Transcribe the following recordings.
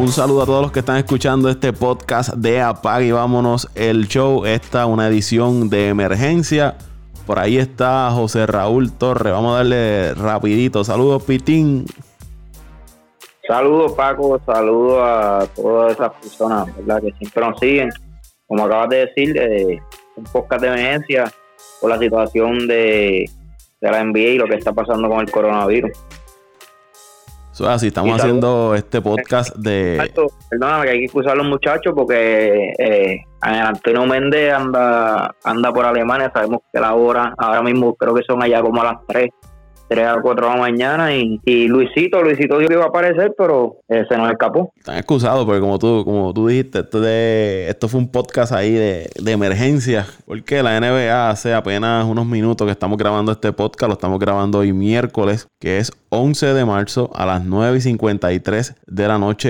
Un saludo a todos los que están escuchando este podcast de Apague y Vámonos el Show. Esta una edición de emergencia. Por ahí está José Raúl Torres. Vamos a darle rapidito. Saludos, Pitín. Saludos, Paco. Saludos a todas esas personas, ¿verdad?, que siempre nos siguen. Como acabas de decir, un podcast de emergencia por la situación de la NBA y lo que está pasando con el coronavirus. So, así estamos haciendo este podcast de... Perdóname, que hay que excusar a los muchachos porque Antonio Méndez anda por Alemania. Sabemos que la hora ahora mismo creo que son allá como a las 3 a 4 de la mañana y Luisito dijo que iba a aparecer, pero se nos escapó. Están excusados porque como tú dijiste, esto fue un podcast ahí de emergencia, porque la NBA hace apenas unos minutos que estamos grabando este podcast, lo estamos grabando hoy miércoles, que es 11 de marzo a las 9:53 de la noche.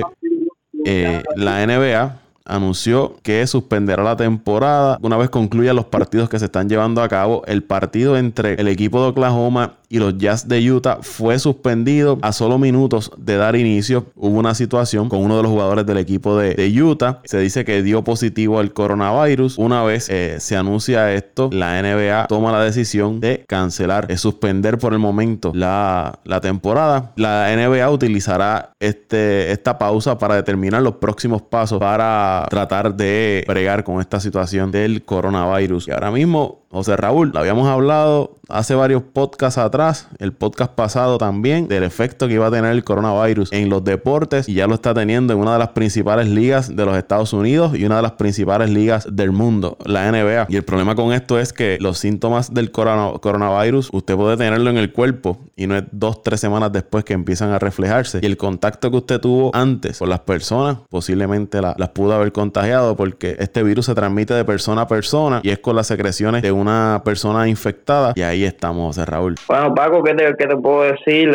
La NBA anunció que suspenderá la temporada una vez concluyan los partidos que se están llevando a cabo. El partido entre el equipo de Oklahoma y los Jazz de Utah fue suspendido a solo minutos de dar inicio. Hubo una situación con uno de los jugadores del equipo de Utah. Se dice que dio positivo al coronavirus. Una vez se anuncia esto, la NBA toma la decisión de cancelar, suspender por el momento la temporada. La NBA utilizará esta pausa para determinar los próximos pasos para tratar de bregar con esta situación del coronavirus. Y ahora mismo, José Raúl, lo habíamos hablado hace varios podcasts atrás, el podcast pasado también, del efecto que iba a tener el coronavirus en los deportes, y ya lo está teniendo en una de las principales ligas de los Estados Unidos y una de las principales ligas del mundo, la NBA. Y el problema con esto es que los síntomas del coronavirus usted puede tenerlo en el cuerpo y no es 2-3 semanas después que empiezan a reflejarse, y el contacto que usted tuvo antes con las personas posiblemente las pudo haber contagiado, porque este virus se transmite de persona a persona y es con las secreciones de una persona infectada. Y ahí estamos, José Raúl. Bueno, Paco, ¿qué te puedo decir?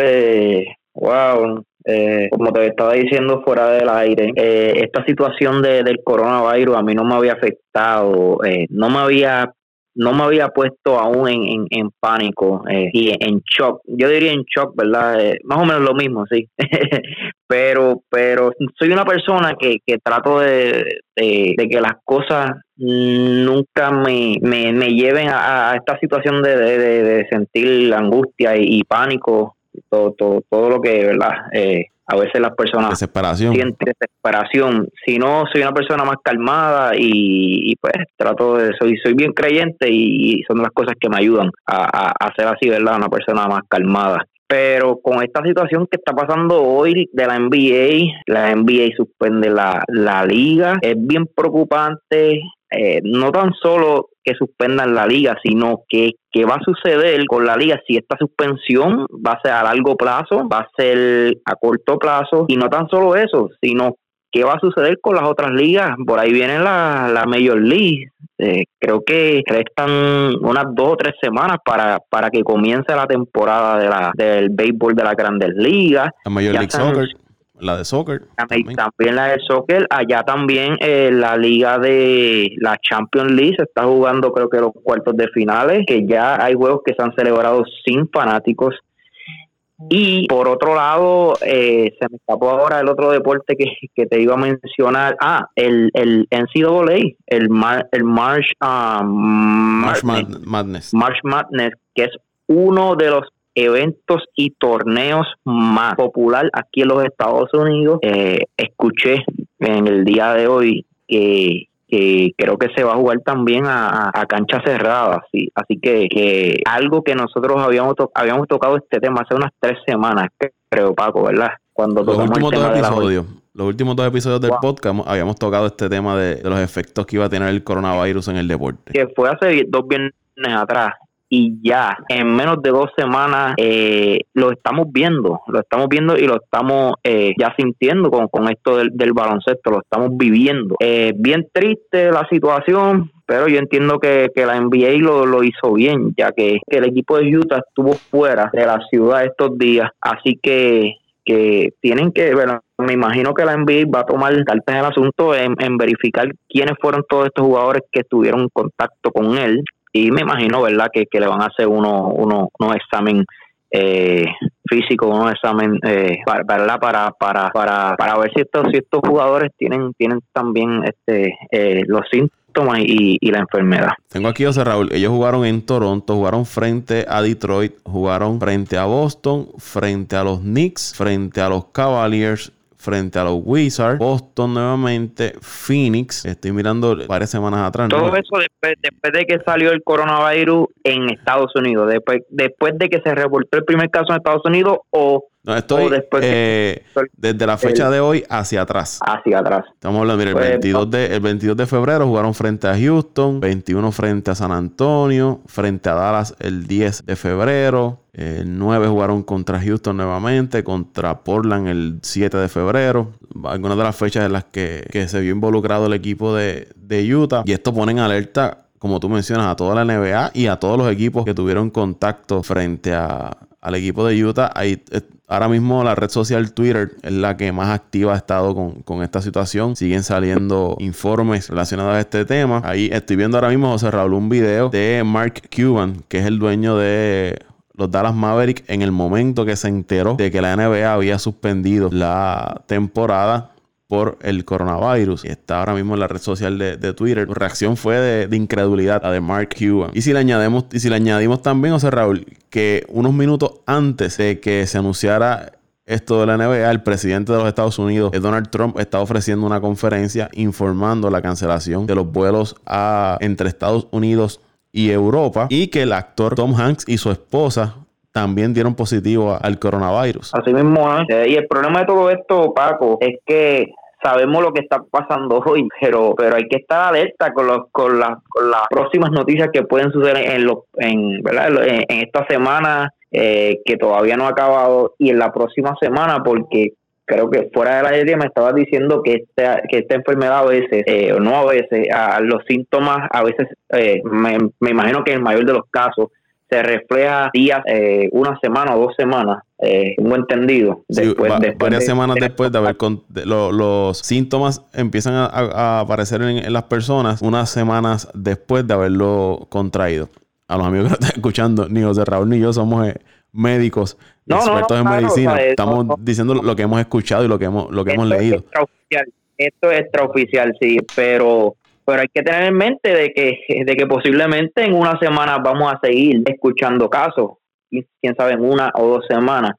Como te estaba diciendo fuera del aire, esta situación del coronavirus a mí no me había afectado, no me había puesto aún en pánico y en shock. Yo diría en shock, ¿verdad? Más o menos lo mismo, sí. pero soy una persona que trato de que las cosas nunca me lleven a esta situación de sentir angustia y pánico, todo lo que, ¿verdad? A veces las personas sienten desesperación. Si no, soy una persona más calmada y pues trato soy bien creyente y son las cosas que me ayudan a ser así, ¿verdad? Una persona más calmada. Pero con esta situación que está pasando hoy de la NBA suspende la liga. Es bien preocupante, no tan solo que suspendan la liga, sino que qué va a suceder con la liga si esta suspensión va a ser a largo plazo, va a ser a corto plazo, y no tan solo eso, sino qué va a suceder con las otras ligas. Por ahí viene la Major League. Creo que restan unas 2 o 3 semanas para que comience la temporada del béisbol de las Grandes Ligas. La Major League Soccer. La de soccer. También la del soccer. Allá también la liga de la Champions League se está jugando, creo que los cuartos de finales, que ya hay juegos que se han celebrado sin fanáticos. Y por otro lado, se me escapó ahora el otro deporte que te iba a mencionar. El NCAA, el March Madness, que es uno de los eventos y torneos más popular aquí en los Estados Unidos. Escuché en el día de hoy que creo que se va a jugar también a cancha cerrada, ¿sí? Así que algo que nosotros habíamos tocado este tema hace unas 3 semanas, creo, Paco, ¿verdad? Cuando los últimos 2 episodios del podcast habíamos tocado este tema de los efectos que iba a tener el coronavirus en el deporte. Que fue hace 2 viernes atrás. Y ya en menos de 2 semanas lo estamos viendo y lo estamos ya sintiendo con esto del baloncesto, lo estamos viviendo. Bien triste la situación, pero yo entiendo que la NBA lo hizo bien, ya que el equipo de Utah estuvo fuera de la ciudad estos días, así que tienen que, bueno, me imagino que la NBA va a tomar cartas en el asunto en verificar quiénes fueron todos estos jugadores que estuvieron en contacto con él. Y me imagino, ¿verdad?, que le van a hacer unos exámenes físico, un examen para ver si estos jugadores tienen también los síntomas y la enfermedad. Tengo aquí, José Raúl, ellos jugaron en Toronto, jugaron frente a Detroit, jugaron frente a Boston, frente a los Knicks, frente a los Cavaliers, frente a los Wizards, Boston nuevamente, Phoenix. Estoy mirando varias semanas atrás. Todo eso después de que salió el coronavirus en Estados Unidos, después de que se reportó el primer caso en Estados Unidos no, estoy desde la fecha de hoy hacia atrás. Hacia atrás. Estamos hablando, mira, el 22 de febrero jugaron frente a Houston, 21 frente a San Antonio, frente a Dallas el 10 de febrero, el 9 jugaron contra Houston nuevamente, contra Portland el 7 de febrero. Algunas de las fechas en las que se vio involucrado el equipo de Utah. Y esto pone en alerta, como tú mencionas, a toda la NBA y a todos los equipos que tuvieron contacto frente al equipo de Utah. Ahora mismo la red social Twitter es la que más activa ha estado con esta situación. Siguen saliendo informes relacionados a este tema. Ahí estoy viendo ahora mismo, José Raúl, un video de Mark Cuban, que es el dueño de los Dallas Mavericks, en el momento que se enteró de que la NBA había suspendido la temporada por el coronavirus. Y está ahora mismo en la red social de Twitter. Su reacción fue de incredulidad, la de Mark Cuban. Y si le añadimos también, José Raúl, que unos minutos antes de que se anunciara esto de la NBA, el presidente de los Estados Unidos, Donald Trump, está ofreciendo una conferencia informando la cancelación de los vuelos entre Estados Unidos y Europa, y que el actor Tom Hanks y su esposa también dieron positivo al coronavirus. Así mismo, y el problema de todo esto, Paco, es que sabemos lo que está pasando hoy, pero hay que estar alerta con las próximas noticias que pueden suceder en esta semana, que todavía no ha acabado, y en la próxima semana, porque creo que fuera de la aire me estabas diciendo que esta enfermedad a veces, los síntomas a veces, me imagino que en el mayor de los casos se refleja días, una semana o 2 semanas, tengo entendido. Varias semanas después de haber los síntomas empiezan a aparecer en las personas unas semanas después de haberlo contraído. A los amigos que nos están escuchando, ni José Raúl ni yo somos médicos expertos en medicina. Estamos diciendo lo que hemos escuchado y lo que hemos leído. Esto es extraoficial, sí, pero hay que tener en mente de que posiblemente en una semana vamos a seguir escuchando casos, y quién sabe, en 1 o 2 semanas.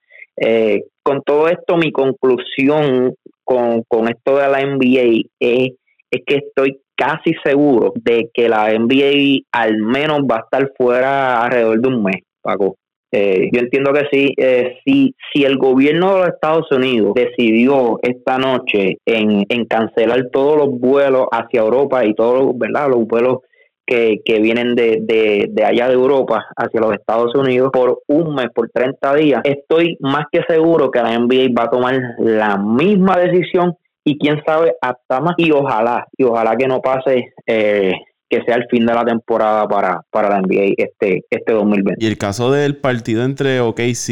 Con todo esto, mi conclusión con esto de la NBA es que estoy casi seguro de que la NBA al menos va a estar fuera alrededor de un mes, Paco. Yo entiendo que sí, si el gobierno de los Estados Unidos decidió esta noche en cancelar todos los vuelos hacia Europa y todos los vuelos que vienen de allá de Europa hacia los Estados Unidos por un mes, por 30 días, estoy más que seguro que la NBA va a tomar la misma decisión, y quién sabe hasta más, y ojalá que no pase que sea el fin de la temporada para la NBA este 2020. Y el caso del partido entre OKC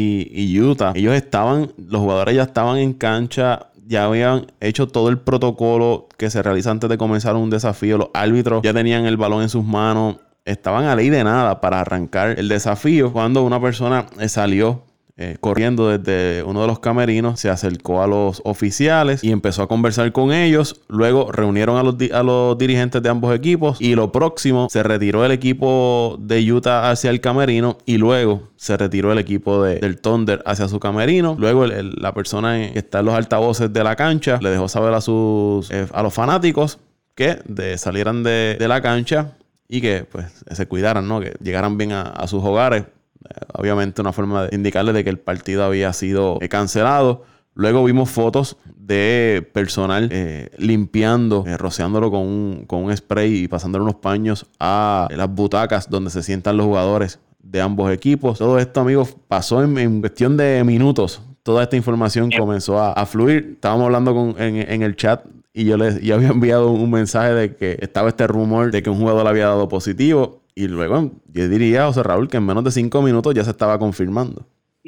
y Utah, los jugadores ya estaban en cancha, ya habían hecho todo el protocolo que se realiza antes de comenzar un desafío. Los árbitros ya tenían el balón en sus manos, estaban a ley de nada para arrancar el desafío, cuando una persona salió corriendo desde uno de los camerinos, se acercó a los oficiales y empezó a conversar con ellos. Luego reunieron a los dirigentes de ambos equipos, y lo próximo, se retiró el equipo de Utah hacia el camerino, y luego se retiró el equipo del Thunder hacia su camerino. Luego la persona que está en los altavoces de la cancha le dejó saber a los fanáticos que salieran de la cancha y que pues se cuidaran, ¿no? Que llegaran bien a sus hogares. Obviamente una forma de indicarles de que el partido había sido cancelado. Luego vimos fotos de personal limpiando, rociándolo con un spray y pasándole unos paños a las butacas donde se sientan los jugadores de ambos equipos. Todo esto, amigos, pasó en cuestión de minutos. Toda esta información comenzó a fluir. Estábamos hablando en el chat, y yo había enviado un mensaje de que estaba este rumor de que un jugador había dado positivo. Y luego yo diría, José Raúl, que en menos de 5 minutos ya se estaba confirmando.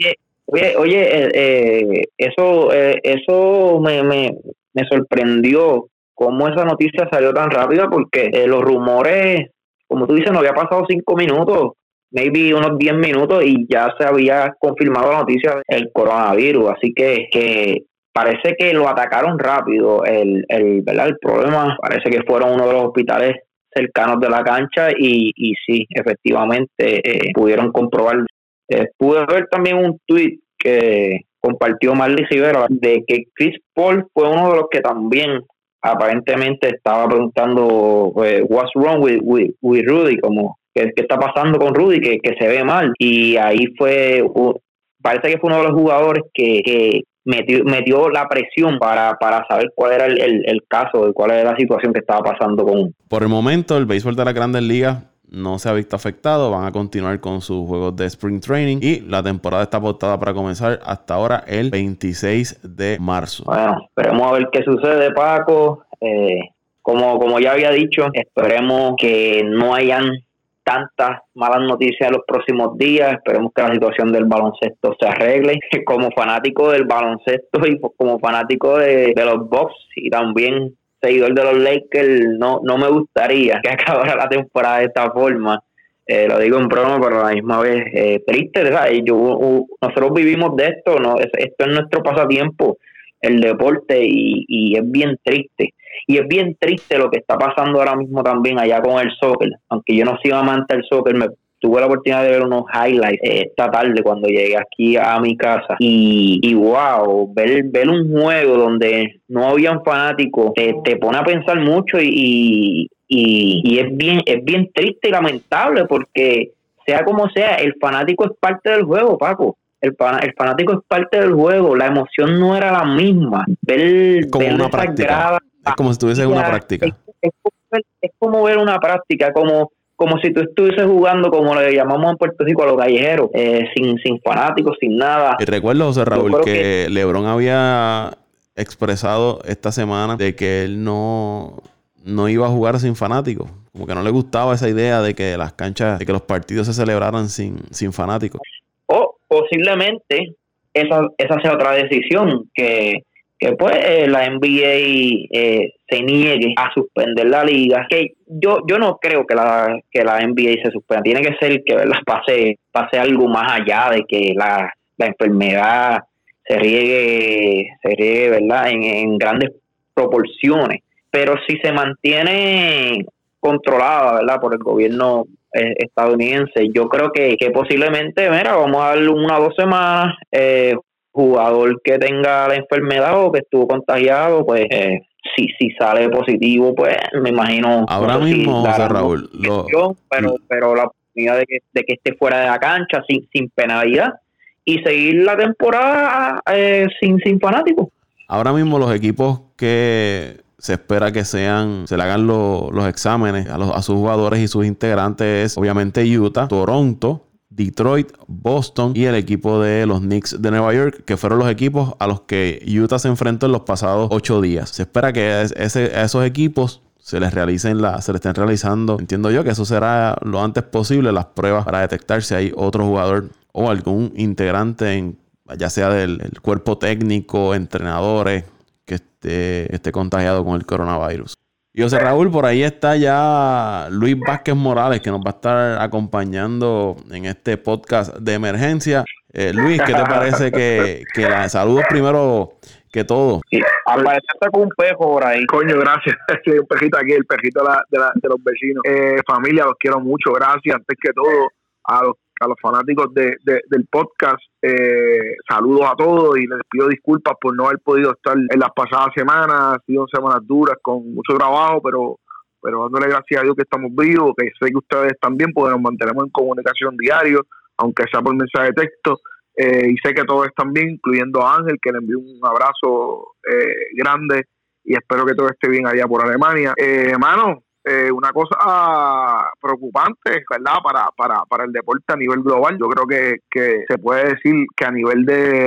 Oye, eso me sorprendió cómo esa noticia salió tan rápida, porque los rumores, como tú dices, no había pasado 5 minutos. maybe unos 10 minutos y ya se había confirmado la noticia del coronavirus, así que parece que lo atacaron rápido. ¿Verdad? El problema parece que fueron uno de los hospitales cercanos de la cancha y sí, efectivamente pudieron comprobar. Pude ver también un tweet que compartió Marley Rivera de que Chris Paul fue uno de los que también aparentemente estaba preguntando what's wrong with Rudy, como ¿qué está pasando con Rudy? Que se ve mal. Y ahí parece que fue uno de los jugadores que metió la presión para saber cuál era el caso, cuál era la situación que estaba pasando con... Por el momento, el béisbol de las Grandes Ligas no se ha visto afectado. Van a continuar con sus juegos de Spring Training y la temporada está pautada para comenzar hasta ahora el 26 de marzo. Bueno, esperemos a ver qué sucede, Paco. Como ya había dicho, esperemos que no hayan tantas malas noticias en los próximos días. Esperemos que la situación del baloncesto se arregle. Como fanático del baloncesto y como fanático de los Bucks y también seguidor de los Lakers, no me gustaría que acabara la temporada de esta forma. Lo digo en broma, pero a la misma vez triste, ¿sabes? Nosotros vivimos de esto, ¿no? Esto es nuestro pasatiempo, el deporte, y es bien triste. Y es bien triste lo que está pasando ahora mismo también allá con el soccer. Aunque yo no soy amante del soccer, tuve la oportunidad de ver unos highlights esta tarde cuando llegué aquí a mi casa. Y wow, ver un juego donde no habían fanáticos te pone a pensar mucho y es bien triste y lamentable, porque sea como sea, el fanático es parte del juego, Paco. El fanático es parte del juego. La emoción no era la misma. Ver una práctica. Es como si estuviese en una práctica. Es como ver una práctica, como si tú estuvieses jugando, como le llamamos en Puerto Rico, a los callejeros, sin fanáticos, sin nada. Y recuerdo, José Raúl, que LeBron había expresado esta semana de que él no iba a jugar sin fanáticos. Como que no le gustaba esa idea de que las canchas, de que los partidos se celebraran sin fanáticos. O posiblemente esa sea otra decisión, que pues la NBA se niegue a suspender la liga. Que yo no creo que la NBA se suspenda. Tiene que ser que, ¿verdad?, pase algo más allá de que la enfermedad se riegue, ¿verdad?, en grandes proporciones. Pero si se mantiene controlada, ¿verdad?, por el gobierno estadounidense, yo creo que posiblemente, vamos a darle 1 o 2 semanas, jugador que tenga la enfermedad o que estuvo contagiado, pues si sale positivo, pues me imagino ahora mismo, José Raúl, pero la oportunidad de que esté fuera de la cancha sin penalidad y seguir la temporada sin fanáticos. Ahora mismo los equipos que se espera que se le hagan los exámenes a sus jugadores y sus integrantes es obviamente Utah, Toronto, Detroit, Boston y el equipo de los Knicks de Nueva York, que fueron los equipos a los que Utah se enfrentó en los pasados 8 días. Se espera que a esos equipos se les estén realizando, entiendo yo que eso será lo antes posible, las pruebas para detectar si hay otro jugador o algún integrante, ya sea del cuerpo técnico, entrenadores, que esté contagiado con el coronavirus. Y José Raúl, por ahí está ya Luis Vázquez Morales, que nos va a estar acompañando en este podcast de emergencia. Luis, ¿qué te parece que saludos primero que todo? Sí, apareciste con un pejo por ahí. Coño, gracias. Sí, un pejito aquí, el pejito de los vecinos. Familia, los quiero mucho. Gracias, antes que todo, a los fanáticos del podcast. Saludos a todos y les pido disculpas por no haber podido estar en las pasadas semanas. Han sido semanas duras con mucho trabajo, pero dándole gracias a Dios que estamos vivos, que sé que ustedes también, porque nos mantenemos en comunicación diario, aunque sea por mensaje de texto. Y sé que todos están bien, incluyendo a Ángel, que le envío un abrazo grande, y espero que todo esté bien allá por Alemania. Hermano, una cosa preocupante, ¿verdad?, para el deporte a nivel global. Yo creo que se puede decir que a nivel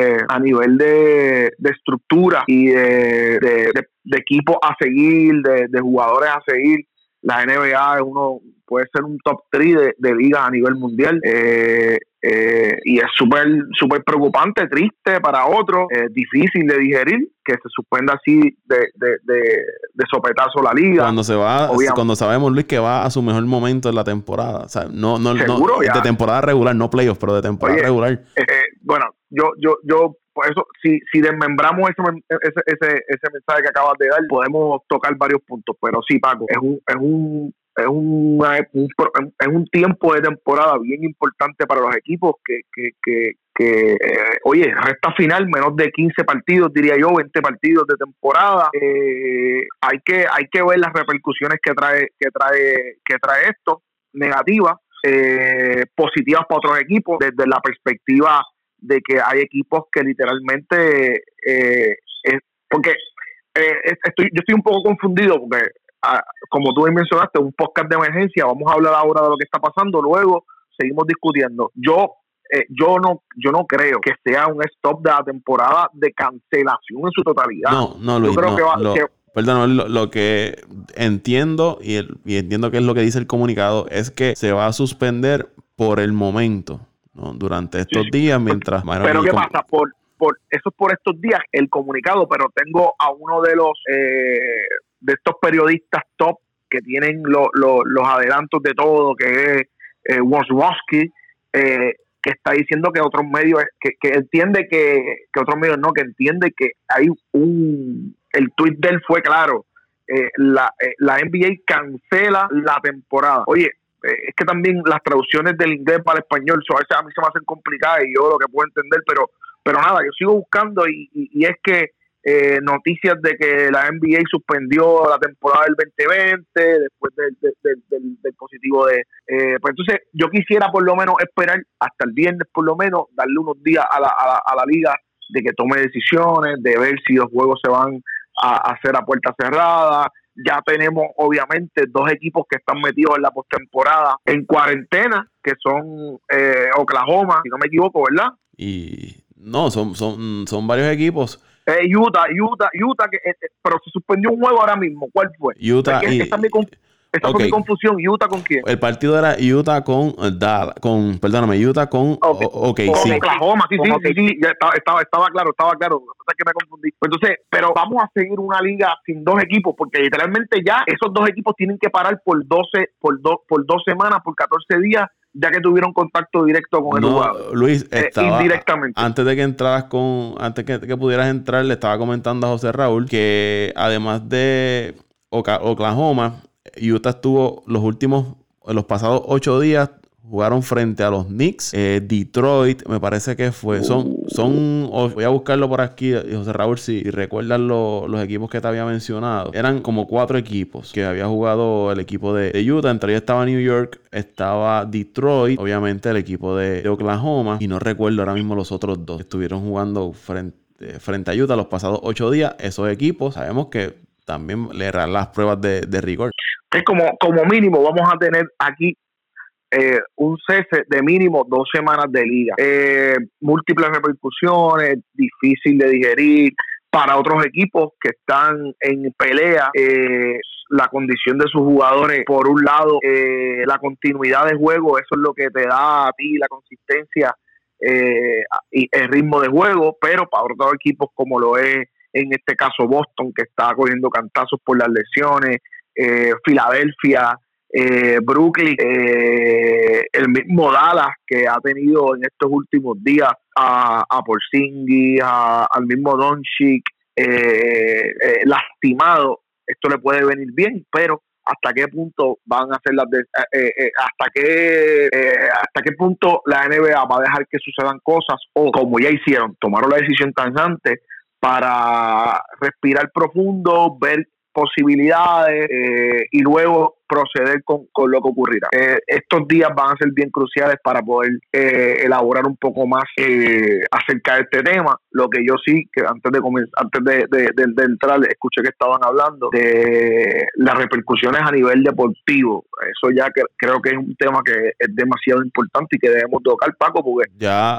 de estructura y de equipo a seguir, de jugadores a seguir, La NBA puede ser un top 3 de ligas a nivel mundial, y es súper preocupante, triste para otros, difícil de digerir que se suspenda así de sopetazo la liga. Cuando sabemos, Luis, que va a su mejor momento en la temporada, o sea, no ya. De temporada regular, no playoffs, pero de temporada regular. Bueno, yo por eso, si desmembramos ese mensaje que acabas de dar, podemos tocar varios puntos, pero sí, Paco, es un tiempo de temporada bien importante para los equipos oye, resta final, menos de 15 partidos, diría yo, 20 partidos de temporada. Hay que ver las repercusiones que trae esto, negativas, positivas para otros equipos, desde la perspectiva de que hay equipos que literalmente porque yo estoy un poco confundido porque como tú mencionaste, un podcast de emergencia, vamos a hablar ahora de lo que está pasando, luego seguimos discutiendo. Yo no creo que sea un stop de la temporada de cancelación en su totalidad. No, Luis, yo creo perdón, lo que entiendo y entiendo que es lo que dice el comunicado es que se va a suspender por el momento, ¿no? Durante estos días mientras... Pero ¿qué pasa? Eso es por estos días el comunicado, pero tengo a uno de los de estos periodistas top que tienen los adelantos de todo, que es Wojnarowski, que está diciendo que otros medios, que entiende que otros medios no, que entiende que hay el tuit de él fue claro, la NBA cancela la temporada. Oye, es que también las traducciones del inglés para el español a veces a mí se me hacen complicadas y yo lo que puedo entender, pero nada, yo sigo buscando y es que noticias de que la NBA suspendió la temporada del 2020 después del positivo pues entonces yo quisiera por lo menos esperar hasta el viernes, por lo menos darle unos días a la liga de que tome decisiones, de ver si los juegos se van a hacer a puerta cerrada. Ya tenemos obviamente 2 equipos que están metidos en la postemporada en cuarentena, que son Oklahoma, si no me equivoco, ¿verdad? Y no, son varios equipos. Utah, pero se suspendió un juego ahora mismo. ¿Cuál fue? Utah esta fue mi confusión. ¿Utah con quién? El partido era Utah con Utah con Oklahoma, sí, ya estaba claro. Es que me confundí. Entonces, pero vamos a seguir una liga sin 2 equipos, porque literalmente ya esos 2 equipos tienen que parar por 2 semanas, por 14 días, ya que tuvieron contacto directo con el jugador. Luis, indirectamente. Antes de que entraras antes que pudieras entrar, le estaba comentando a José Raúl que además de Oklahoma, Utah estuvo los pasados 8 días, jugaron frente a los Knicks, Detroit, me parece que fue. Voy a buscarlo por aquí, José Raúl, si recuerdan los equipos que te había mencionado. Eran como 4 equipos que había jugado el equipo de Utah. Entre ellos estaba New York, estaba Detroit, obviamente el equipo de Oklahoma, y no recuerdo ahora mismo los otros 2 que estuvieron jugando frente a Utah los pasados 8 días. Esos equipos sabemos que también le harán las pruebas de rigor. Es como mínimo vamos a tener aquí un cese de mínimo 2 semanas de liga. Múltiples repercusiones, difícil de digerir para otros equipos que están en pelea. La condición de sus jugadores, por un lado, la continuidad de juego, eso es lo que te da a ti la consistencia y el ritmo de juego, pero para otros equipos como lo es en este caso Boston, que está cogiendo cantazos por las lesiones, Filadelfia, Brooklyn, el mismo Dallas, que ha tenido en estos últimos días a Porzingis, al mismo Doncic lastimado. Esto le puede venir bien, pero hasta qué punto van a hacer hasta qué punto la NBA va a dejar que sucedan cosas, o como ya hicieron, tomaron la decisión tan antes para respirar profundo, ver posibilidades y luego proceder con lo que ocurrirá. Estos días van a ser bien cruciales para poder elaborar un poco más acerca de este tema. Lo que yo sí, que antes de entrar, escuché que estaban hablando de las repercusiones a nivel deportivo. Eso ya creo que es un tema que es demasiado importante y que debemos tocar, Paco, porque ya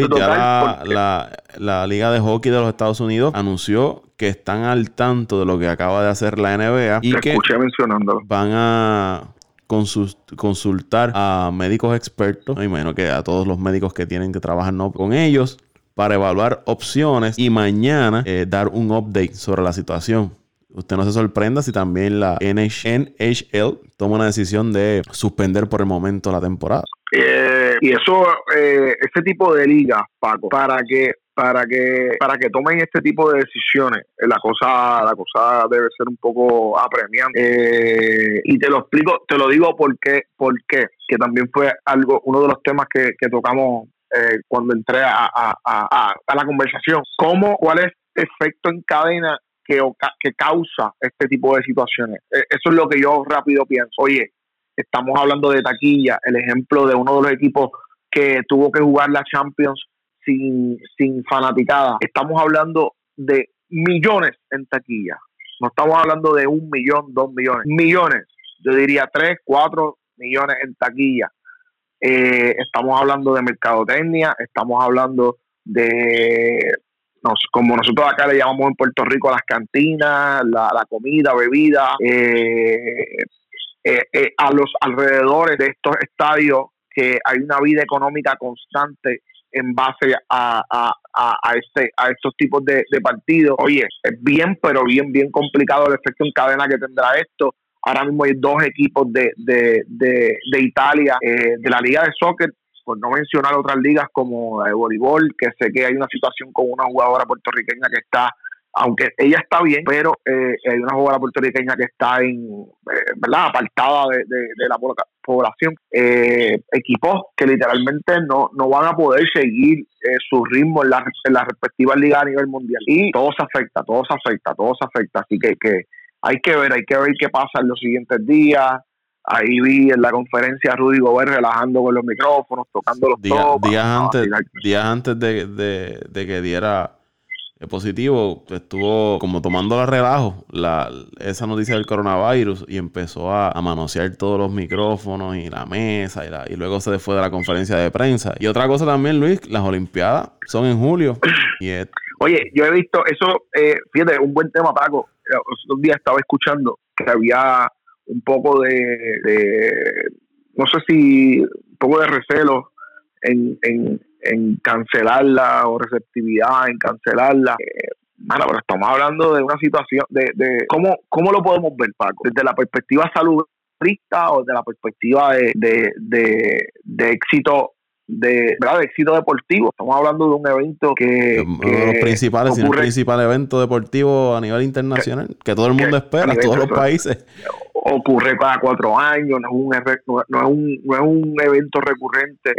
la Liga de Hockey de los Estados Unidos anunció que están al tanto de lo que acaba de hacer la NBA y que escuché mencionándolo. van a a consultar a médicos expertos. Me imagino que a todos los médicos que tienen que trabajar con ellos para evaluar opciones y mañana dar un update sobre la situación. Usted no se sorprenda si también la NHL toma una decisión de suspender por el momento la temporada. Y eso, ese tipo de ligas, Paco, para que tomen este tipo de decisiones, la cosa debe ser un poco apremiante. Y te lo explico, te lo digo porque que también fue uno de los temas que tocamos cuando entré a la conversación. ¿Cuál es el efecto en cadena que causa este tipo de situaciones? Eso es lo que yo rápido pienso. Oye, estamos hablando de taquilla, el ejemplo de uno de los equipos que tuvo que jugar la Champions sin fanaticada. Estamos hablando de millones en taquilla. No estamos hablando de 1 millón, 2 millones. Millones. Yo diría 3, 4 millones en taquilla. Estamos hablando de mercadotecnia, estamos hablando de, como nosotros acá le llamamos en Puerto Rico, las cantinas, la comida, bebida, a los alrededores de estos estadios, que hay una vida económica constante en base a estos tipos de partidos. Oye, es bien complicado el efecto en cadena que tendrá esto. Ahora mismo hay 2 equipos de Italia, de la Liga de Soccer, por no mencionar otras ligas como el voleibol, que sé que hay una situación con una jugadora puertorriqueña que está, aunque ella está bien, pero hay una jugadora puertorriqueña que está ¿verdad?, apartada de la población. Equipos que literalmente no van a poder seguir su ritmo en las respectivas ligas a nivel mundial. Y todo se afecta. Así que hay que ver qué pasa en los siguientes días. Ahí vi en la conferencia a Rudy Gobert relajando con los micrófonos, tocando los topas. Días antes de que diera positivo, estuvo como tomando relajo esa noticia del coronavirus y empezó a manosear todos los micrófonos y la mesa y luego se fue de la conferencia de prensa. Y otra cosa también, Luis, las Olimpiadas son en julio. Oye, yo he visto eso, fíjate, un buen tema, Paco. Los días estaba escuchando que había un poco no sé si un poco de recelo en cancelarla, o receptividad en cancelarla. Pero estamos hablando de una situación de cómo lo podemos ver, Paco, desde la perspectiva salubrista o desde la perspectiva de éxito, ¿verdad?, de éxito deportivo. Estamos hablando de un evento que uno de los principales, sino el principal evento deportivo a nivel internacional, que todo el mundo espera, todos los países. Ocurre cada 4 años, no es un evento recurrente.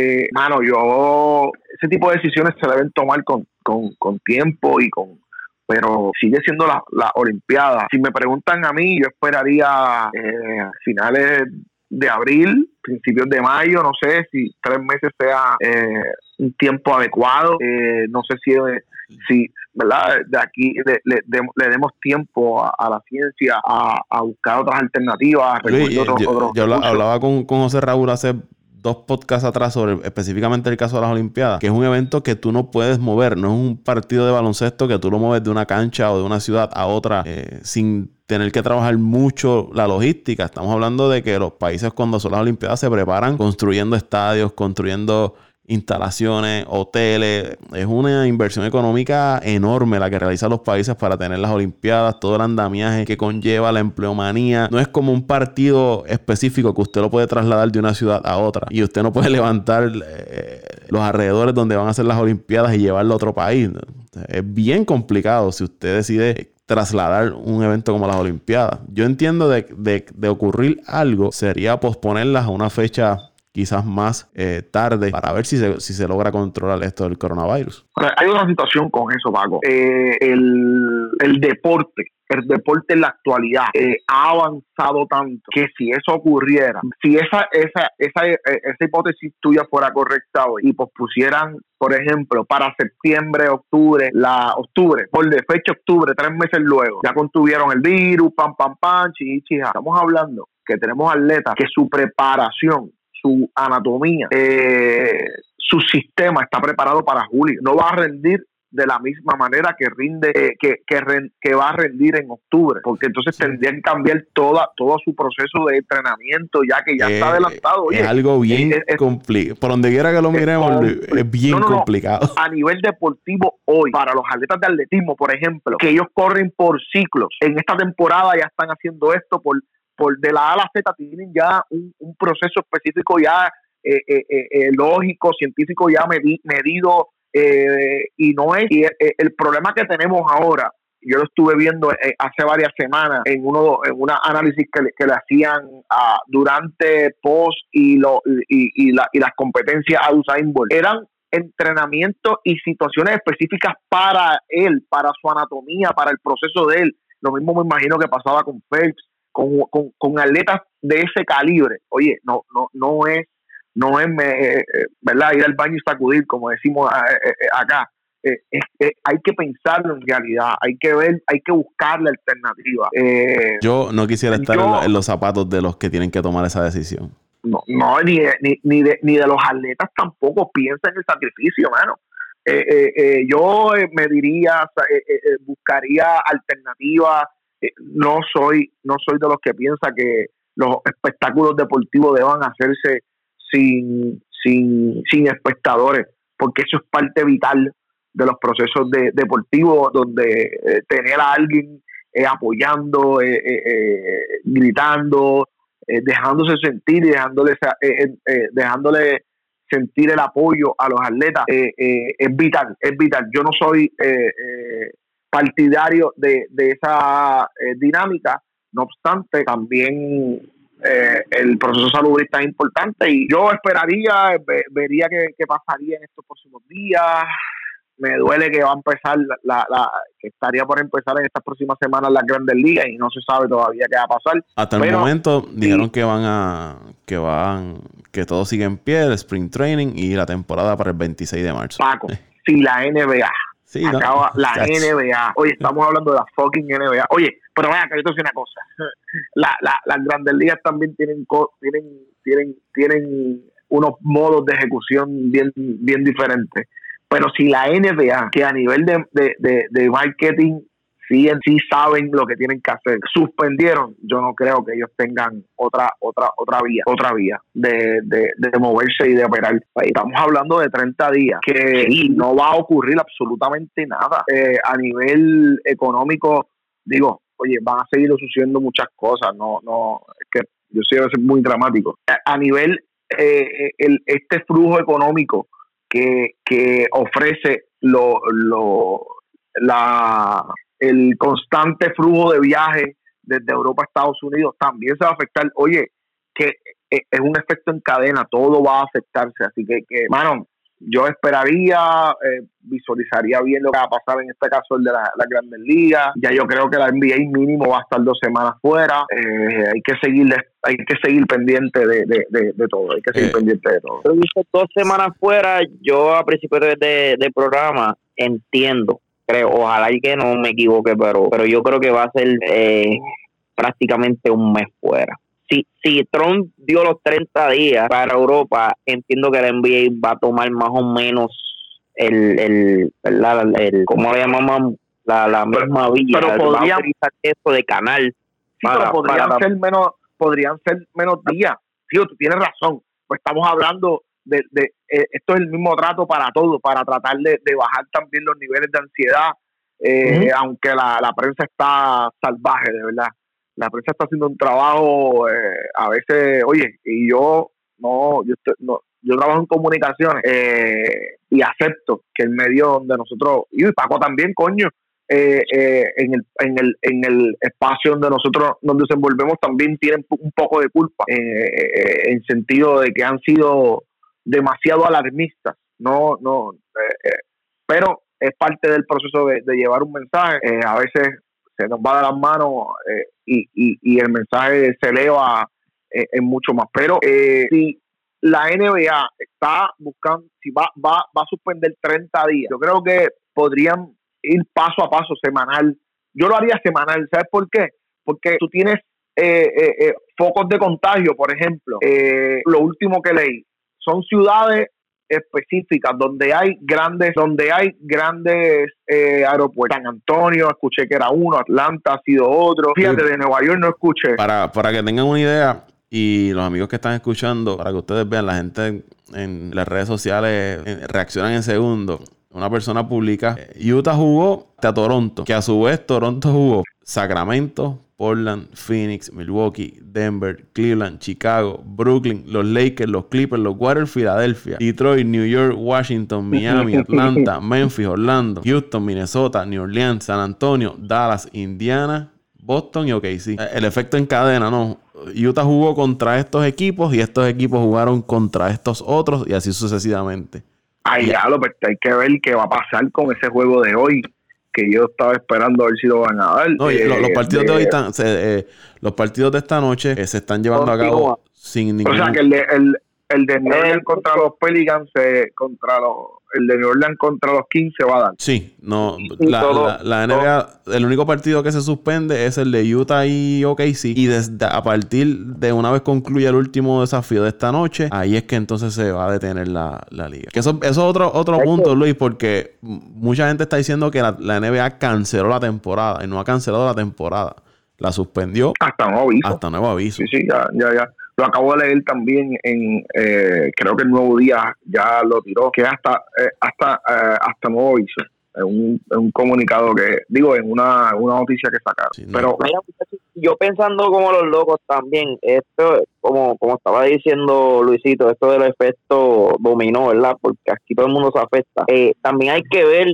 Ese tipo de decisiones se deben tomar con tiempo pero sigue siendo la Olimpiada. Si me preguntan a mí, yo esperaría finales de abril, principios de mayo. No sé si 3 meses sea un tiempo adecuado. No sé si ¿verdad?, de aquí le demos tiempo a la ciencia a buscar otras alternativas. Luis, yo hablaba con José Raúl hace 2 podcasts atrás sobre específicamente el caso de las Olimpiadas, que es un evento que tú no puedes mover, no es un partido de baloncesto que tú lo mueves de una cancha o de una ciudad a otra sin tener que trabajar mucho la logística. Estamos hablando de que los países, cuando son las Olimpiadas, se preparan construyendo estadios, construyendo instalaciones, hoteles. Es una inversión económica enorme la que realizan los países para tener las Olimpiadas, todo el andamiaje que conlleva, la empleomanía. No es como un partido específico que usted lo puede trasladar de una ciudad a otra y usted no puede levantar los alrededores donde van a hacer las Olimpiadas y llevarlo a otro país. Es bien complicado si usted decide trasladar un evento como las Olimpiadas. Yo entiendo de ocurrir algo, sería posponerlas a una fecha quizás más tarde, para ver si se logra controlar esto del coronavirus. Hay otra situación con eso, Paco. El deporte en la actualidad ha avanzado tanto que si eso ocurriera, si esa hipótesis tuya fuera correcta hoy y pospusieran, por ejemplo, para septiembre, octubre, por de fecha octubre, 3 meses luego, ya contuvieron el virus, pam, chichija. Estamos hablando que tenemos atletas que su preparación, su anatomía, su sistema está preparado para julio. No va a rendir de la misma manera que rinde, que va a rendir en octubre, porque entonces tendría que cambiar todo su proceso de entrenamiento, ya que ya está adelantado. Oye, es algo bien complicado. Por donde quiera que lo miremos, es bien complicado. A nivel deportivo hoy, para los atletas de atletismo, por ejemplo, que ellos corren por ciclos, en esta temporada ya están haciendo esto por de la A a la Z, tienen ya un proceso específico ya lógico, científico ya medido, y no es el problema que tenemos ahora. Yo lo estuve viendo hace varias semanas en una análisis que le hacían durante, post y las competencias a Usain Bolt. Eran entrenamientos y situaciones específicas para él, para su anatomía, para el proceso de él. Lo mismo me imagino que pasaba con Phelps, con atletas de ese calibre. Oye, no es ¿verdad? Ir al baño y sacudir, como decimos acá. Hay que pensarlo en realidad, hay que buscar la alternativa. Yo no quisiera estar en los zapatos de los que tienen que tomar esa decisión. No, ni de los atletas tampoco piensa en el sacrificio, mano. Yo me diría, buscaría alternativas. No soy de los que piensa que los espectáculos deportivos deban hacerse sin espectadores, porque eso es parte vital de los procesos deportivos, donde tener a alguien apoyando, gritando, dejándose sentir y dejándole sentir el apoyo a los atletas, es vital. Yo no soy partidario de esa dinámica, no obstante, también el proceso salubrista es importante y yo esperaría, vería qué pasaría en estos próximos días. Me duele que va a empezar que estaría por empezar en estas próximas semanas las Grandes Ligas y no se sabe todavía qué va a pasar. Hasta el momento dijeron que todo sigue en pie, el Spring Training y la temporada para el 26 de marzo. Paco, si la NBA acaba la NBA. Oye, estamos hablando de la fucking NBA. Oye, pero vaya, que yo te decir una cosa. Las Grandes Ligas también tienen unos modos de ejecución bien diferentes. Pero si la NBA, que a nivel de marketing sí saben lo que tienen que hacer, suspendieron, yo no creo que ellos tengan otra vía de moverse y de operar. Estamos hablando de 30 días, que no va a ocurrir absolutamente nada. A nivel económico, digo, oye, van a seguir sucediendo muchas cosas, no, es que yo soy a veces muy dramático. A nivel, este flujo económico que ofrece el constante flujo de viajes desde Europa a Estados Unidos también se va a afectar. Oye, que es un efecto en cadena, todo va a afectarse, así que mano, yo esperaría, visualizaría bien lo que va a pasar en este caso el de la Grandes Ligas. Ya yo creo que la NBA mínimo va a estar 2 semanas fuera. Hay que seguir pendiente de todo. Hay que seguir pendiente de todo. Pero 2 semanas fuera, yo a principio del programa entiendo, creo, ojalá y que no me equivoque, pero yo creo que va a ser prácticamente un mes fuera. Si Trump dio los 30 días para Europa, entiendo que la NBA va a tomar más o menos el ¿cómo le llamamos? La misma vía. Pero podrían utilizar eso de canal. Pero podrían ser menos días. Tío, tú tienes razón. Pues estamos hablando de esto es el mismo trato para todos, para tratar de bajar también los niveles de ansiedad, aunque la prensa está salvaje, de verdad. La prensa está haciendo un trabajo a veces, oye, y yo trabajo en comunicaciones y acepto que el medio donde nosotros, y Paco también, coño, en el espacio donde nosotros nos desenvolvemos también tienen un poco de culpa, en sentido de que han sido demasiado alarmistas, pero es parte del proceso de llevar un mensaje. A veces se nos va de las manos y el mensaje se eleva en mucho más. Pero si la NBA está buscando, si va a suspender 30 días, yo creo que podrían ir paso a paso, semanal. Yo lo haría semanal. ¿Sabes por qué? Porque tú tienes focos de contagio, por ejemplo. Lo último que leí, son ciudades específicas donde hay grandes aeropuertos. San Antonio, escuché que era uno, Atlanta ha sido otro. Fíjate, de Nueva York no escuché. Para que tengan una idea, y los amigos que están escuchando, para que ustedes vean, la gente en las redes sociales reaccionan en segundos. Una persona publica, Utah jugó a Toronto, que a su vez Toronto jugó Sacramento, Portland, Phoenix, Milwaukee, Denver, Cleveland, Chicago, Brooklyn, los Lakers, los Clippers, los Warriors, Filadelfia, Detroit, New York, Washington, Miami, Atlanta, Memphis, Orlando, Houston, Minnesota, New Orleans, San Antonio, Dallas, Indiana, Boston y OKC. El efecto en cadena, ¿no? Utah jugó contra estos equipos y estos equipos jugaron contra estos otros y así sucesivamente. Ay, ya lo, pero hay que ver qué va a pasar con ese juego de hoy, que yo estaba esperando a ver si lo van a dar. No, los partidos de hoy están, los partidos de esta noche se están llevando a cabo sin ningún... O sea, que el de New Orleans contra los Pelicans, el de New Orleans contra los Kings se va a dar. Sí, no, la NBA, el único partido que se suspende es el de Utah y OKC, y a partir de una vez concluya el último desafío de esta noche, ahí es que entonces se va a detener la liga. Que eso es otro punto, Luis, porque mucha gente está diciendo que la NBA canceló la temporada, y no ha cancelado la temporada, la suspendió hasta nuevo aviso. Sí, ya. Lo acabo de leer también creo que el Nuevo Día ya lo tiró, que hasta nuevo aviso. Es un comunicado que, digo, en una noticia que sacaron. Sí, no. Pero mira, yo pensando como los locos también, esto, como estaba diciendo Luisito, esto del efecto dominó, ¿verdad? Porque aquí todo el mundo se afecta. También hay que ver,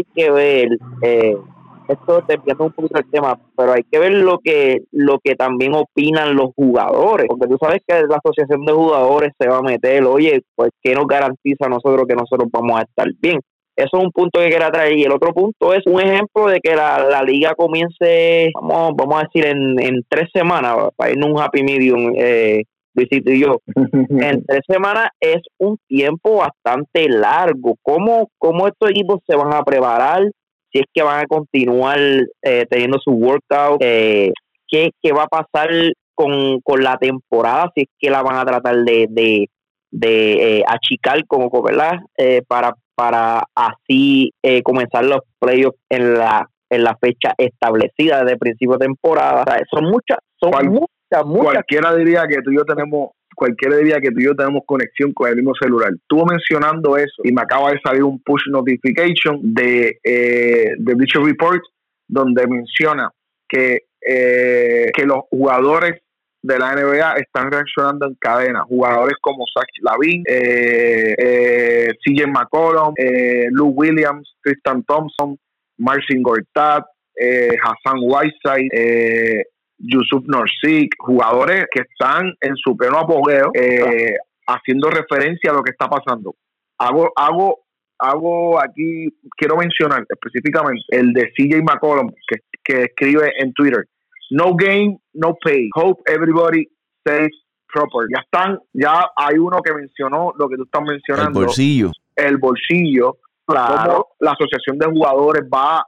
esto desviando un poquito el tema, pero hay que ver lo que también opinan los jugadores, porque tú sabes que la asociación de jugadores se va a meter, oye, pues ¿qué nos garantiza a nosotros que nosotros vamos a estar bien? Eso es un punto que quería traer. Y el otro punto es un ejemplo de que la liga comience, vamos a decir, en 3 semanas, para irnos un happy medium, Luisito y yo. En 3 semanas es un tiempo bastante largo. ¿Cómo estos equipos se van a preparar? Si es que van a continuar teniendo su workout, ¿qué va a pasar con la temporada? Si es que la van a tratar de achicar como ¿verdad? Para así comenzar los playoffs en la fecha establecida desde el principio de temporada. O sea, son muchas. Cualquiera diría que tú y yo tenemos conexión con el mismo celular. Estuvo mencionando eso y me acaba de salir un push notification de Bleacher Report donde menciona que los jugadores de la NBA están reaccionando en cadena. Jugadores como Zach LaVine, CJ McCollum, Lou Williams, Tristan Thompson, Marcin Gortat, Hassan Whiteside, Yusuf Norsik, jugadores que están en su pleno apogeo, haciendo referencia a lo que está pasando. Hago aquí, quiero mencionar específicamente el de CJ McCollum, que escribe en Twitter: "No game, no pay. Hope everybody stays proper." Ya hay uno que mencionó lo que tú estás mencionando. El bolsillo. Claro. Cómo la asociación de jugadores va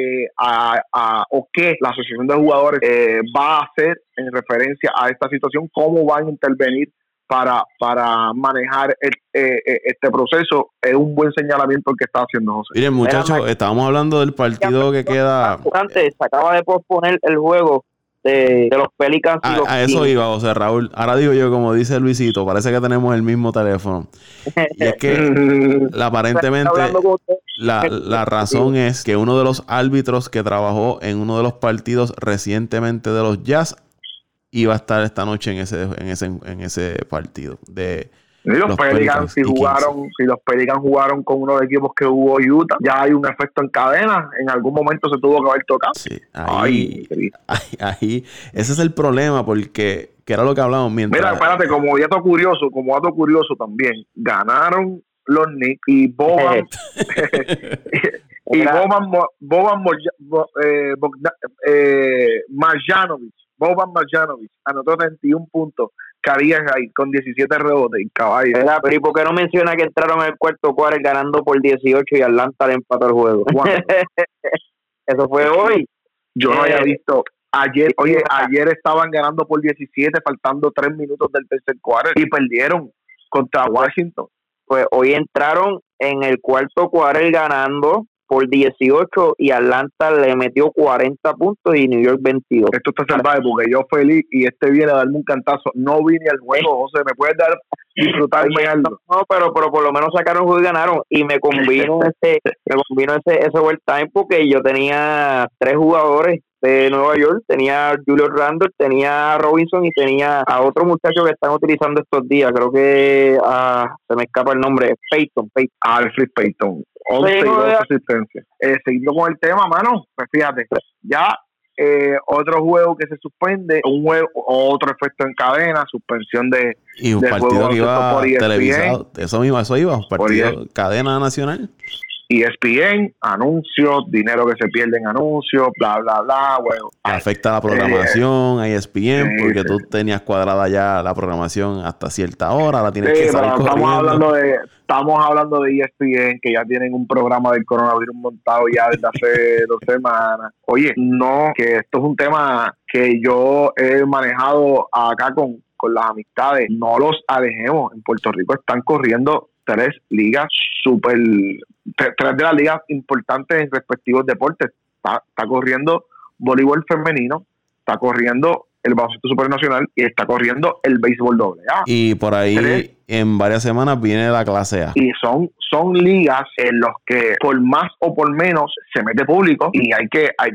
o qué la asociación de jugadores va a hacer en referencia a esta situación, cómo van a intervenir para manejar este proceso. Es un buen señalamiento el que está haciendo José. Miren, muchachos, estábamos hablando del partido que queda. Antes se acaba de posponer el juego de los Pelicans y los a eso iba, José Raúl. Ahora digo yo, como dice Luisito, parece que tenemos el mismo teléfono. Y es que aparentemente la razón es que uno de los árbitros que trabajó en uno de los partidos recientemente de los Jazz iba a estar esta noche en ese partido de los Pelicans. Si los Pelicans jugaron con uno de los equipos que hubo Utah, ya hay un efecto en cadena. En algún momento se tuvo que haber tocado. Sí, ahí ese es el problema, porque que era lo que hablábamos mientras. Mira, espérate, como dato curioso también, ganaron los Knicks y Boban Marjanovic anotó 31 puntos. Carías ahí con 17 rebotes y caballo. Pero ¿y por qué no menciona que entraron en el cuarto quarter ganando por 18 y Atlanta le empató el juego? Eso fue hoy. Yo no había visto. Ayer estaban ganando por 17 faltando 3 minutos del tercer quarter y perdieron contra Washington. pues hoy entraron en el cuarto quarter ganando por 18 y Atlanta le metió 40 puntos y New York 22. Esto está salvaje porque yo feliz y viene a darme un cantazo. No vine al juego, José, ¿me puedes dar disfrutarme algo? No, pero por lo menos sacaron el juego y ganaron. Y me combino ese overtime porque yo tenía 3 jugadores de Nueva York, tenía a Julius Randle, tenía a Robinson y tenía a otro muchacho que están utilizando estos días, creo que se me escapa el nombre, Peyton. Alfred Peyton, 11 y 2 asistencias. Seguindo con el tema, mano, pues fíjate, ya otro juego que se suspende, otro efecto en cadena, suspensión de y un partido que iba televisado, eso iba, un partido cadena nacional. ESPN, anuncios, dinero que se pierde en anuncios, bla, bla, bla. Bueno, afecta la programación a ESPN porque tú tenías cuadrada ya la programación hasta cierta hora, la tienes que salir corriendo. Estamos hablando de ESPN, que ya tienen un programa del coronavirus montado ya desde hace 2 semanas. Oye, no, que esto es un tema que yo he manejado acá con las amistades. No los alejemos. En Puerto Rico están corriendo 3 ligas 3 de las ligas importantes en respectivos deportes. Está corriendo voleibol femenino, está corriendo el baloncesto supernacional y está corriendo el béisbol AA. Y por ahí 3, en varias semanas viene la clase A. Y son ligas en los que por más o por menos se mete público y hay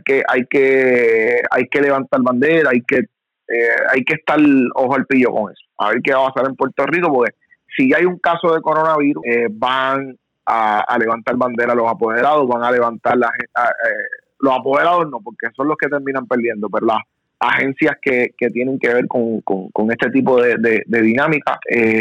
que levantar bandera, hay que estar ojo al pillo con eso. A ver qué va a pasar en Puerto Rico, porque si hay un caso de coronavirus, van a levantar bandera los apoderados, van a levantar los apoderados no, porque son los que terminan perdiendo, pero las agencias que tienen que ver con este tipo de dinámica,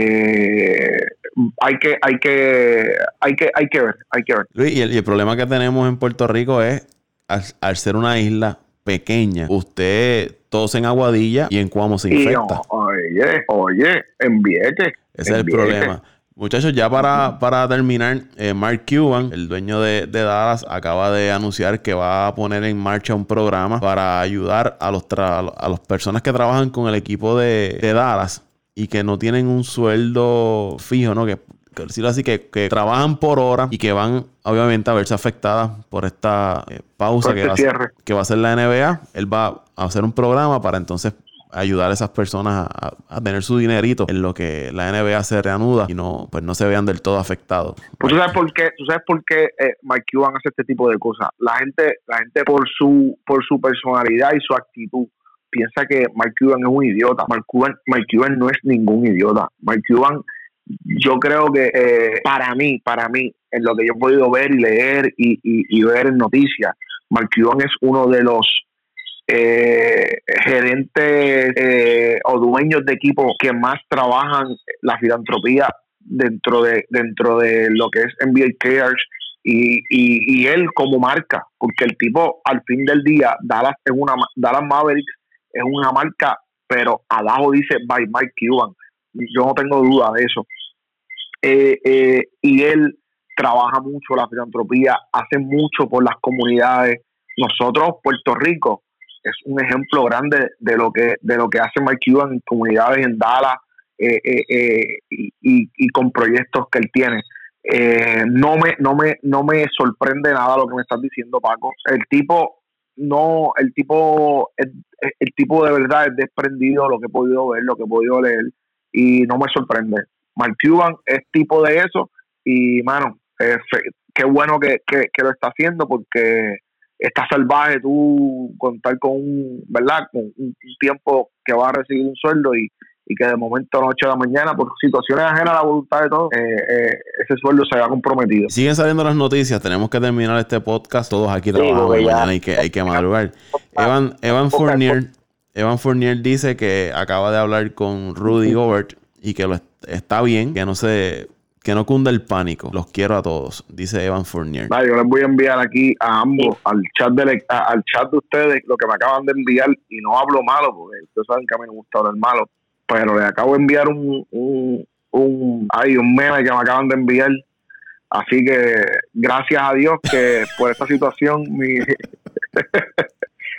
hay que ver. Luis, y el problema que tenemos en Puerto Rico es, al ser una isla pequeña, usted tose en Aguadilla y en Cuamo se infecta. Oye, en Vieques. Ese es el problema. Muchachos, ya para terminar, Mark Cuban, el dueño de Dallas, acaba de anunciar que va a poner en marcha un programa para ayudar a las personas que trabajan con el equipo de Dallas y que no tienen un sueldo fijo, ¿no? Que decirlo así, que trabajan por hora y que van obviamente a verse afectadas por esta pausa que va a hacer la NBA. Él va a hacer un programa para entonces ayudar a esas personas a tener su dinerito en lo que la NBA se reanuda y no se vean del todo afectados. Pues ¿tú sabes por qué Mark Cuban hace este tipo de cosas? La gente por su personalidad y su actitud piensa que Mark Cuban es un idiota. Mark Cuban no es ningún idiota. Mark Cuban, yo creo que para mí, en lo que yo he podido ver y leer y ver en noticias, Mark Cuban es uno de los gerentes o dueños de equipos que más trabajan la filantropía dentro de lo que es NBA Cares y él como marca, porque el tipo al fin del día Dallas Mavericks es una marca, pero abajo dice by Mark Cuban. Yo no tengo duda de eso. Y él trabaja mucho la filantropía, hace mucho por las comunidades. Nosotros, Puerto Rico, es un ejemplo grande de lo que hace Mark Cuban en comunidades en Dallas y con proyectos que él tiene. No me sorprende nada lo que me estás diciendo, Paco. El tipo de verdad es desprendido, lo que he podido ver, lo que he podido leer, y no me sorprende. Mark Cuban es tipo de eso y, mano, qué bueno que lo está haciendo, porque está salvaje tú contar con un tiempo que vas a recibir un sueldo y que de momento a las 8 de la mañana, por situaciones ajenas a la voluntad de todos, ese sueldo se ha comprometido. Siguen saliendo las noticias, tenemos que terminar este podcast, todos aquí trabajamos, mañana hay que madrugar. Evan Fournier dice que acaba de hablar con Rudy Gobert y que está bien, que no cunda el pánico. Los quiero a todos, dice Evan Fournier. Yo les voy a enviar aquí a ambos, al chat de ustedes, lo que me acaban de enviar, y no hablo malo, porque ustedes saben que a mí no me gusta hablar malo, pero les acabo de enviar un meme que me acaban de enviar. Así que gracias a Dios que por esta situación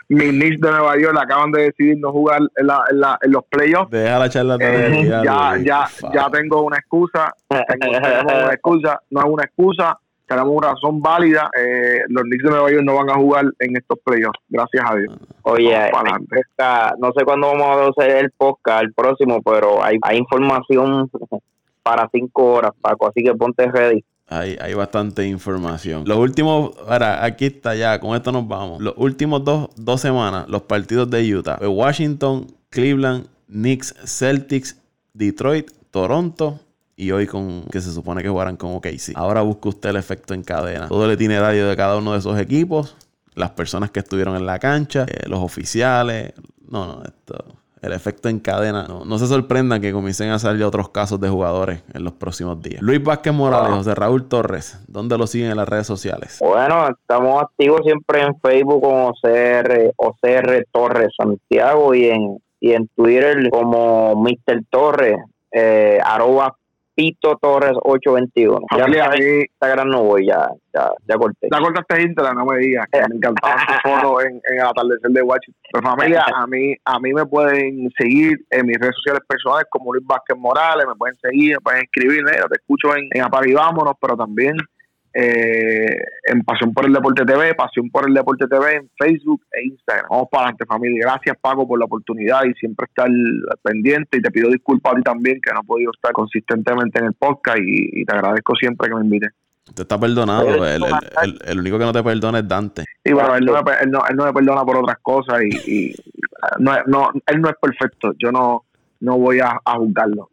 mis Knicks de Nueva York acaban de decidir no jugar en los playoffs. Deja la charla. Ya tengo una excusa. Tenemos una excusa. No es una excusa. Tenemos una razón válida. Los Knicks de Nueva York no van a jugar en estos playoffs. Gracias a Dios. Oye, no sé cuándo vamos a hacer el podcast, el próximo, pero hay información para 5 horas, Paco. Así que ponte ready. Hay bastante información. Los últimos, ahora, aquí está ya, con esto nos vamos. Los últimos dos semanas, los partidos de Utah. Washington, Cleveland, Knicks, Celtics, Detroit, Toronto. Y hoy que se supone que jugarán con OKC. Ahora busca usted el efecto en cadena. Todo el itinerario de cada uno de esos equipos. Las personas que estuvieron en la cancha. Los oficiales. El efecto en cadena. No se sorprendan que comiencen a salir otros casos de jugadores en los próximos días. Luis Vázquez Morales, José Raúl Torres. ¿Dónde lo siguen en las redes sociales? Bueno, estamos activos siempre en Facebook como OCR Torres Santiago y en Twitter como Mr. Torres, @Pito Torres 821. Ya Instagram no voy, ya corté. Ya cortaste Instagram, no me digas, que me encantaban tus fotos en el atardecer de Washington. Pero familia, a mí me pueden seguir en mis redes sociales personales como Luis Vázquez Morales, me pueden seguir, me pueden escribir, te escucho en Apague y Vámonos, pero también en Pasión por el Deporte TV, Pasión por el Deporte TV en Facebook e Instagram. Vamos para adelante, familia. Gracias, Paco, por la oportunidad y siempre estar pendiente, y te pido disculpas a ti también, que no he podido estar consistentemente en el podcast, y te agradezco siempre que me invites. Te está perdonado. El único que no te perdona es Dante. Sí, bueno, él no me perdona por otras cosas, y él no es perfecto. Yo no voy a juzgarlo.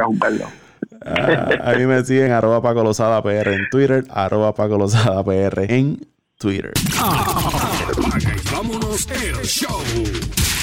A mí me siguen @Paco Lozada PR en Twitter, @Paco Lozada PR en Twitter. Vámonos el show.